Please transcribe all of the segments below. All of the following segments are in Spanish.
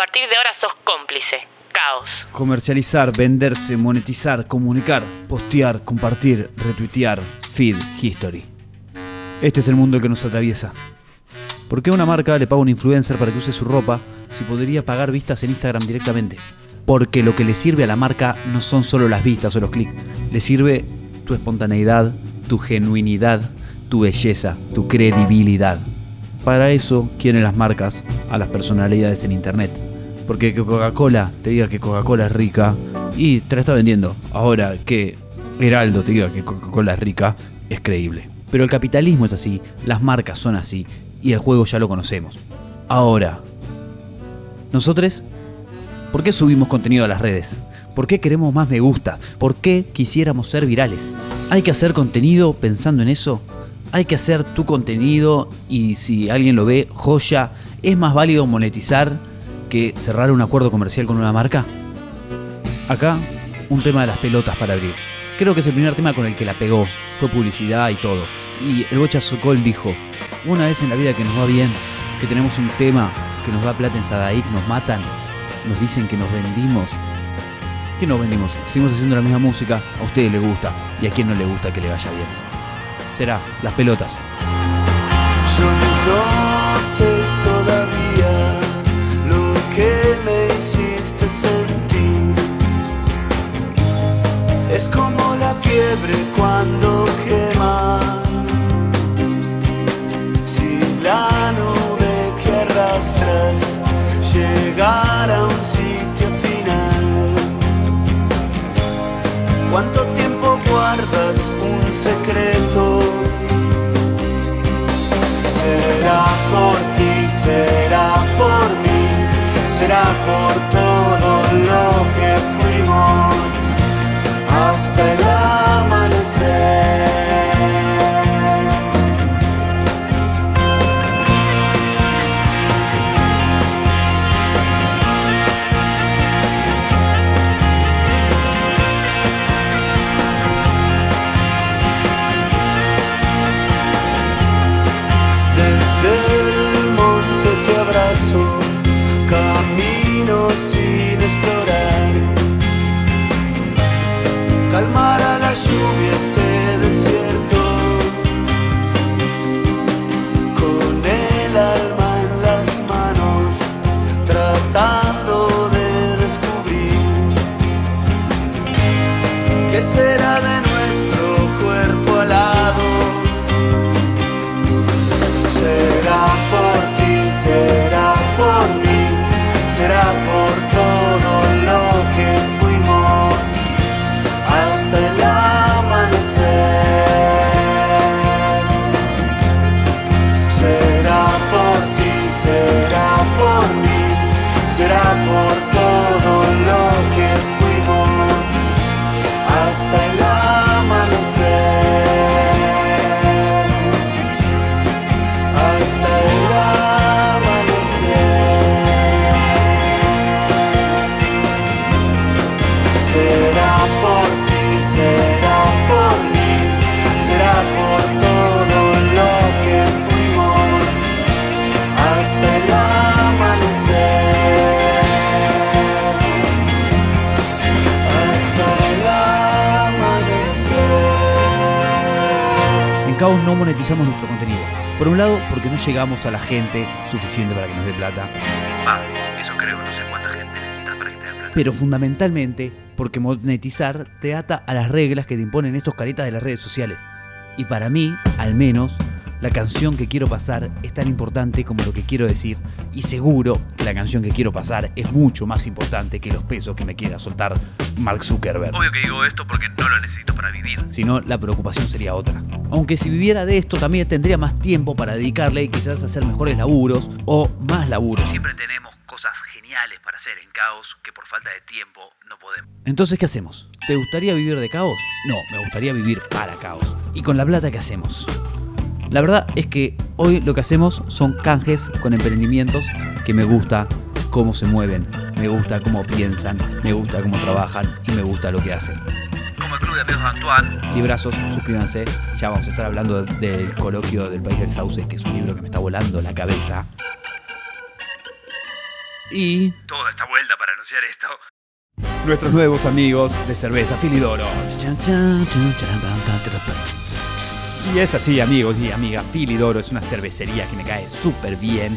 partir de ahora sos cómplice. Caos. Comercializar, venderse, monetizar, comunicar, postear, compartir, retuitear, feed, history. Este es el mundo que nos atraviesa. ¿Por qué una marca le paga a un influencer para que use su ropa si podría pagar vistas en Instagram directamente? Porque lo que le sirve a la marca no son solo las vistas o los clics. Le sirve tu espontaneidad, tu genuinidad, tu belleza, tu credibilidad. Para eso quieren las marcas a las personalidades en internet. Porque que Coca-Cola te diga que Coca-Cola es rica y te la está vendiendo. Ahora que Heraldo te diga que Coca-Cola es rica, es creíble. Pero el capitalismo es así, las marcas son así y el juego ya lo conocemos. Ahora, nosotros, ¿por qué subimos contenido a las redes? ¿Por qué queremos más me gusta? ¿Por qué quisiéramos ser virales? ¿Hay que hacer contenido pensando en eso? ¿Hay que hacer tu contenido y si alguien lo ve, joya? ¿Es más válido monetizar que cerrar un acuerdo comercial con una marca? Acá, un tema de las pelotas para abrir. Creo que es el primer tema con el que la pegó. Fue publicidad y todo. Y el Bocha Sokol dijo: una vez en la vida que nos va bien, que tenemos un tema que nos da plata en Sadaic, nos matan, nos dicen que nos vendimos. ¿Qué nos vendimos? Seguimos haciendo la misma música, a ustedes les gusta y a quien no le gusta que le vaya bien. Será las pelotas. Yo no sé todavía lo que me hiciste sentir. Es como la fiebre cuando quema. Si la nube que arrastras llegara a un sitio final, ¿cuánto tiempo guardas un secreto? Será por ti, será por mí, será por todo lo que fuimos hasta el amanecer. Camino sin explorar, calmar a la lluvia este desierto, con el alma en las manos, tratando de descubrir qué será de nuestro cuerpo alado. Será por ti, será por mí, será por todo lo que fuimos hasta el amanecer. Será por ti, será por mí, será por todo lo que fuimos hasta el amanecer. Hasta el amanecer. Será por ti, será por mí, será por todo lo que fuimos hasta el amanecer. Hasta el amanecer. En Caos no monetizamos nuestro contenido. Por un lado, porque no llegamos a la gente suficiente para que nos dé plata. Eso creo, no sé cuánta gente necesitas para que te dé plata. Pero fundamentalmente, porque monetizar te ata a las reglas que te imponen estos caretas de las redes sociales. Y para mí, al menos, la canción que quiero pasar es tan importante como lo que quiero decir. Y seguro que la canción que quiero pasar es mucho más importante que los pesos que me quiera soltar Mark Zuckerberg. Obvio que digo esto porque no lo necesito para vivir. Si no, la preocupación sería otra. Aunque si viviera de esto también tendría más tiempo para dedicarle y quizás hacer mejores laburos o más laburos. Siempre tenemos cosas geniales para hacer en Caos que por falta de tiempo no podemos. Entonces, ¿qué hacemos? ¿Te gustaría vivir de Caos? No, me gustaría vivir para Caos. ¿Y con la plata qué hacemos? La verdad es que hoy lo que hacemos son canjes con emprendimientos que me gusta cómo se mueven, me gusta cómo piensan, me gusta cómo trabajan y me gusta lo que hacen. Como el Club de Amigos de Antoine. Librazos, suscríbanse. Ya vamos a estar hablando del coloquio del País del Sauce, que es un libro que me está volando la cabeza. y toda esta vuelta para anunciar esto. nuestros nuevos amigos de cerveza Filidoro. Y es así, amigos y amigas, Filidoro es una cervecería que me cae súper bien.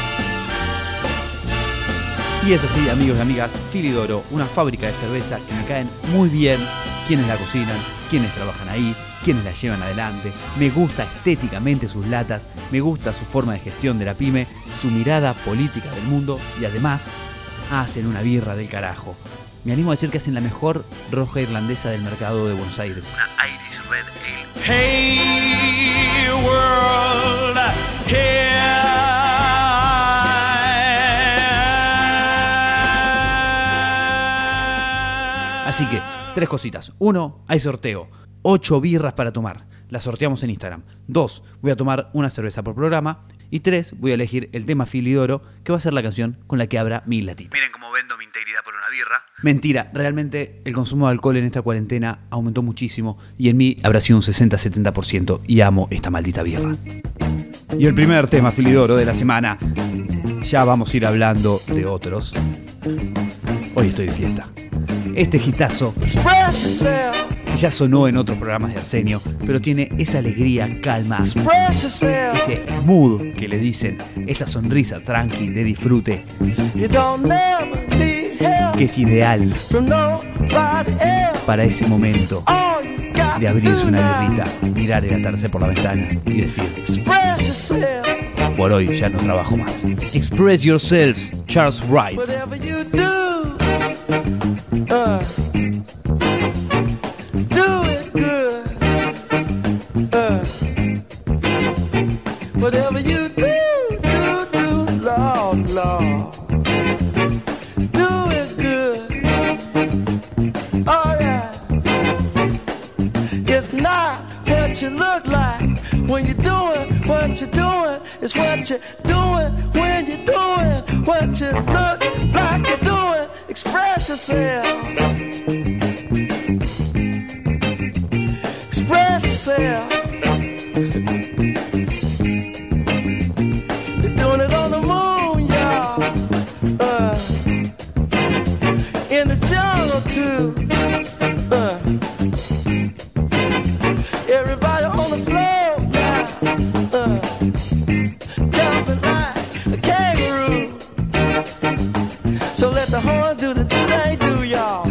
Y es así, amigos y amigas, Filidoro, una fábrica de cerveza que me caen muy bien. Quienes la cocinan, quienes trabajan ahí, quienes la llevan adelante. Me gusta estéticamente sus latas, me gusta su forma de gestión de la pyme, su mirada política del mundo y además hacen una birra del carajo. Me animo a decir que hacen la mejor roja irlandesa del mercado de Buenos Aires. Una Irish Red Ale. Hey world, Así que, 3 cositas. 1, hay sorteo. 8 birras para tomar. Las sorteamos en Instagram. 2, voy a tomar una cerveza por programa. Y 3, voy a elegir el tema Filidoro, que va a ser la canción con la que abra mi latita. Miren cómo vendo mi integridad por una birra. Mentira, realmente el consumo de alcohol en esta cuarentena aumentó muchísimo y en mí habrá sido un 60-70% y amo esta maldita birra. Y el primer tema Filidoro de la semana, ya vamos a ir hablando de otros. Hoy estoy de fiesta. Este hitazo que ya sonó en otros programas de Arsenio, pero tiene esa alegría, calma, ese mood que le dicen, esa sonrisa tranqui de disfrute, que es ideal para ese momento de abrirse una birrita, mirar el atardecer por la ventana y decir: por hoy ya no trabajo más. Express Yourselves, Charles Wright. Whatever you do, Lord, Lord, do it good. Alright. It's not what you look like when you're doing what you're doing. It's what you're doing when you're doing what you look like you're doing. Express yourself. Express yourself. Everybody on the floor now, jumping like a kangaroo. So let the horn do the thing they do, y'all.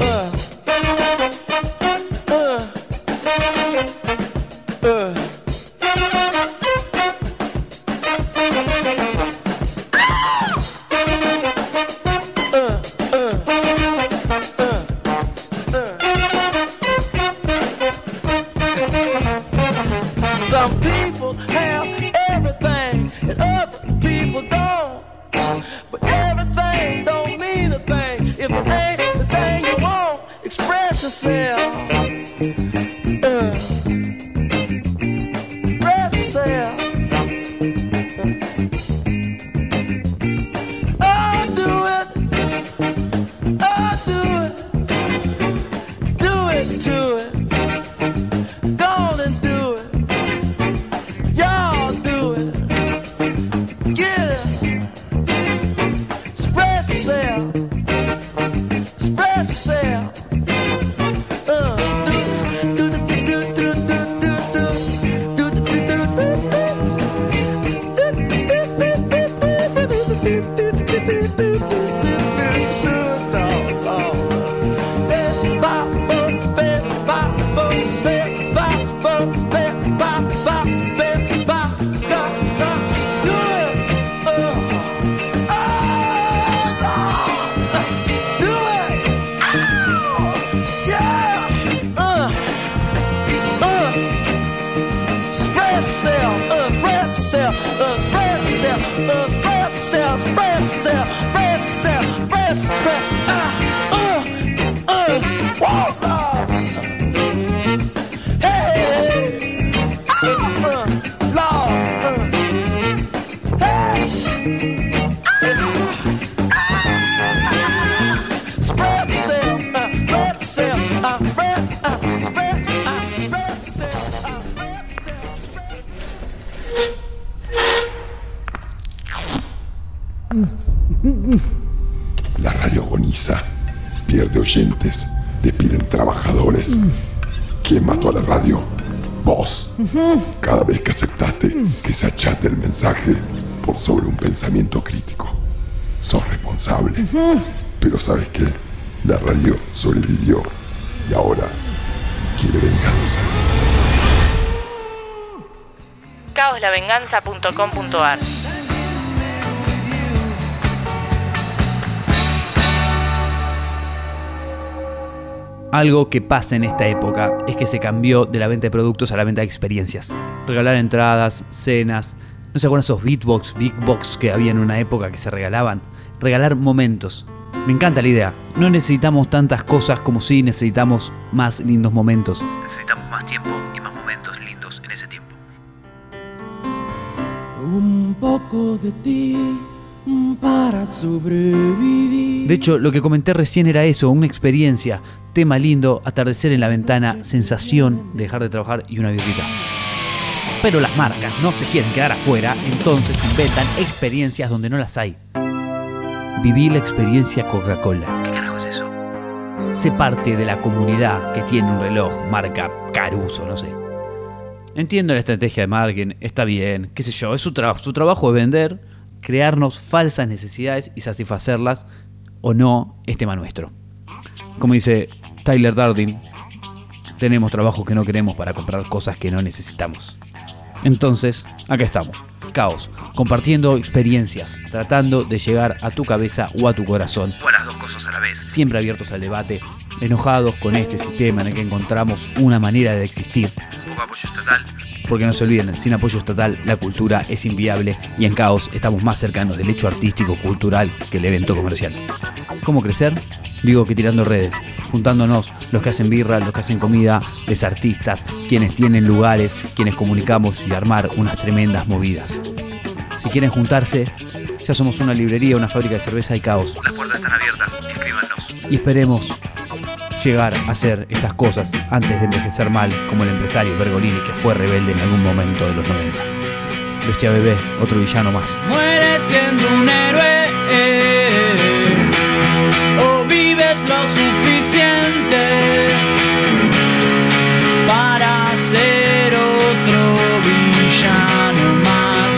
Some people have everything and other people don't. But everything don't mean a thing if it ain't the thing you want. Express yourself. Express yourself. Oh, do it. Oh, do it. Do it to it. Go on and do it. Y'all do it. Get it. Express yourself. Express yourself. La radio agoniza, pierde oyentes, despiden trabajadores. ¿Quién mató a la radio? Vos. Cada vez que aceptaste que se achate el mensaje por sobre un pensamiento crítico, sos responsable. Pero ¿sabes qué? La radio sobrevivió y ahora quiere venganza. caoslavenganza.com.ar. Algo que pasa en esta época es que se cambió de la venta de productos a la venta de experiencias. Regalar entradas, cenas, ¿no se acuerdan esos Big Box que había en una época que se regalaban? Regalar momentos. Me encanta la idea. No necesitamos tantas cosas como si necesitamos más lindos momentos. Necesitamos más tiempo y más momentos lindos en ese tiempo. Un poco de ti para sobrevivir. De hecho, lo que comenté recién era eso, una experiencia, tema lindo, atardecer en la ventana, sensación de dejar de trabajar y una birrita. Pero las marcas no se quieren quedar afuera, entonces inventan experiencias donde no las hay. Viví la experiencia Coca-Cola. ¿Qué carajo es eso? Sé parte de la comunidad que tiene un reloj marca Caruso, no sé. Entiendo la estrategia de marketing, está bien, qué sé yo, es su trabajo. Su trabajo es vender, crearnos falsas necesidades y satisfacerlas o no es tema nuestro. Como dice Tyler Durden, tenemos trabajo que no queremos para comprar cosas que no necesitamos. Entonces, acá estamos, Caos, compartiendo experiencias, tratando de llegar a tu cabeza o a tu corazón. O a las dos cosas a la vez. Siempre abiertos al debate, enojados con este sistema en el que encontramos una manera de existir. Un poco de apoyo estatal. Porque no se olviden, sin apoyo estatal la cultura es inviable y en Caos estamos más cercanos del hecho artístico cultural que el evento comercial. ¿Cómo crecer? Digo que tirando redes, juntándonos, los que hacen birra, los que hacen comida, los artistas, quienes tienen lugares, quienes comunicamos y armar unas tremendas movidas. Si quieren juntarse, ya somos una librería, una fábrica de cerveza y Caos. Las puertas están abiertas, escríbanos. Y esperemos llegar a hacer estas cosas antes de envejecer mal, como el empresario Bergolini que fue rebelde en algún momento de los 90. Bestia Bebé, otro villano más. Mueres siendo un héroe, o vives lo suficiente para ser otro villano más.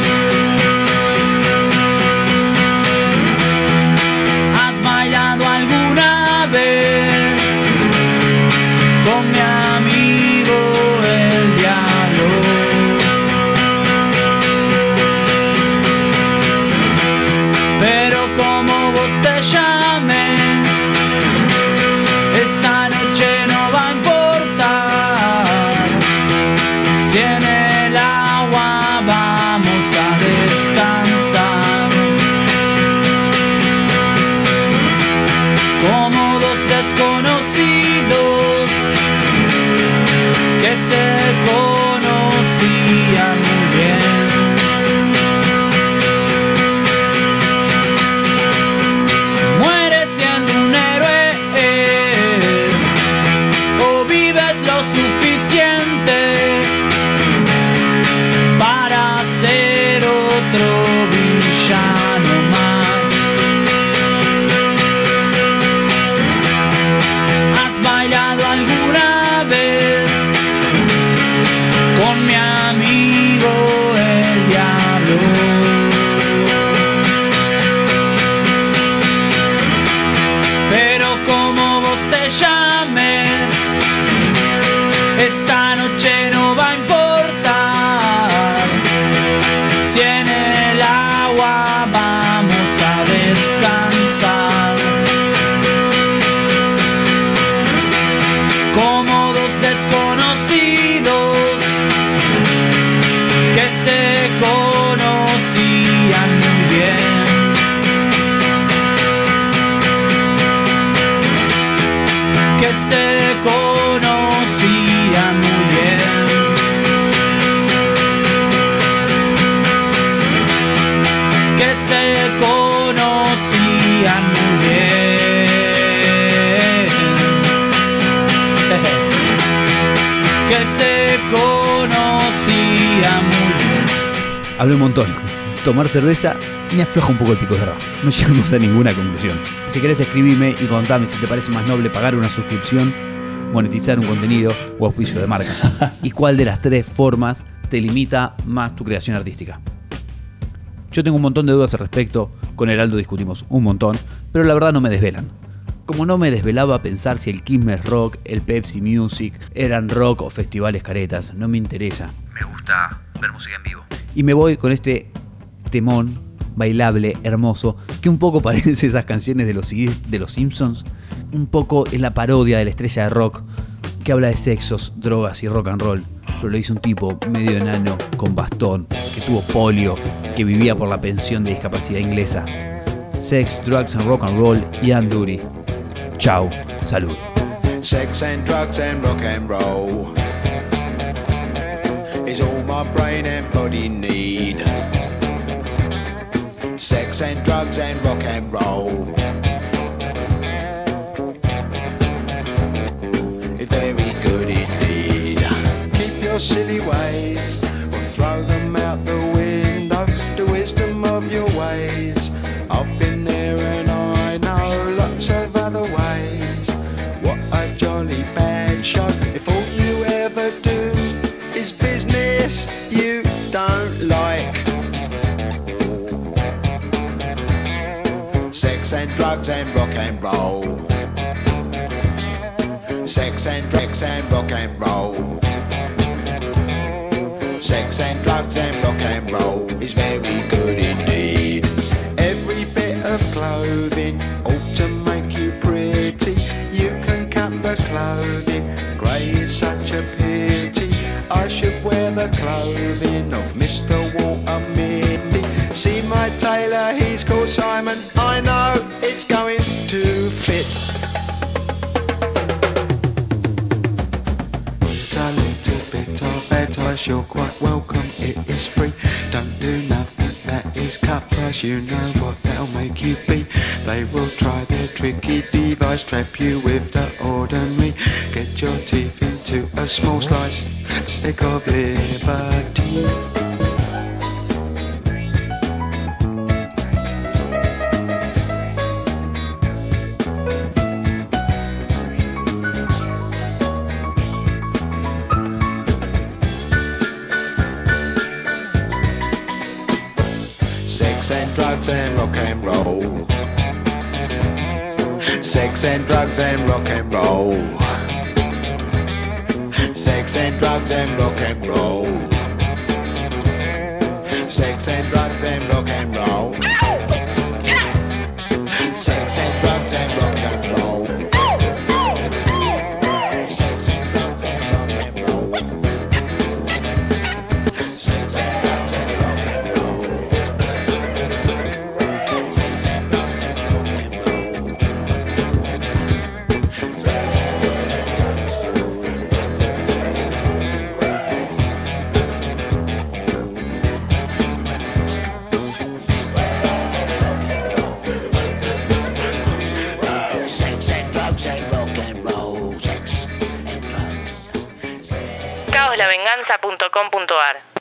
¿Has bailado alguna vez con mi amigo el diablo? Pero como vos te llames, esta noche no va a importar si en el agua vamos a descansar. Como dos desconocidos que se conocían muy bien. Mueres siendo un héroe, o vives lo suficiente para ser otro villano más. ¿Has bailado alguna vez con mi amigo el diablo? Pero como vos te llames, esta noche no va a importar si en el agua vamos a descansar. Como dos desconocidos que se conocían muy bien. Que se conocían muy bien. Que se conocían muy bien. Que se conocían muy bien. Hablé un montón. tomar cerveza me afloja un poco el pico, de verdad. No llegamos a ninguna conclusión. Si querés escribime y contame si te parece más noble pagar una suscripción, monetizar un contenido o auspicio de marca. ¿Y cuál de las 3 formas te limita más tu creación artística? Yo tengo un montón de dudas al respecto, con Heraldo discutimos un montón, pero la verdad no me desvelan. Como no me desvelaba pensar si el Quilmes Rock, el Pepsi Music eran rock o festivales caretas, no me interesa. Me gusta ver música en vivo. Y me voy con este temón bailable, hermoso, que un poco parece esas canciones de los CDs de los Simpsons. Un poco es la parodia de la estrella de rock, que habla de sexos, drogas y rock and roll. Pero lo hizo un tipo medio enano, con bastón, que tuvo polio, que vivía por la pensión de discapacidad inglesa. Sex, drugs and rock and roll, Ian Dury. Chao, salud. Sex and drugs and rock and roll is all my brain and body need. Sex and drugs and rock and roll is very good indeed. Keep your silly ways or throw them out the window. The wisdom of your ways, I've been there and I know lots of other ways. What a jolly bad show if all you ever do is business you don't like. Sex and drugs and rock and roll. Sex and drugs and rock and roll. Sex and drugs and rock and roll is very good indeed. Every bit of clothing ought to make you pretty. You can cut the clothing, grey is such a pity. I should wear the clothing of Mr. Walter Mitty. See my tailor, he's called Simon. I know it's going to fit. It's a little bit of advice, you're quite welcome, it is free. Don't do nothing that is cut price, you know what they'll make you be. They will try their tricky device, trap you with the ordinary. Get your teeth into a small slice, stick of liberty. Sex and drugs and rock and roll. Sex and drugs and rock and roll. Sex and drugs and rock and roll. Sex and drugs and rock and roll. Sex and drugs and rock and roll. Sex and drugs and rock and roll. Sex and drugs and rock and roll. Sex and drugs and rock and roll. Sex and drugs and rock and roll. Sex and drugs. caoslavenganza.com.ar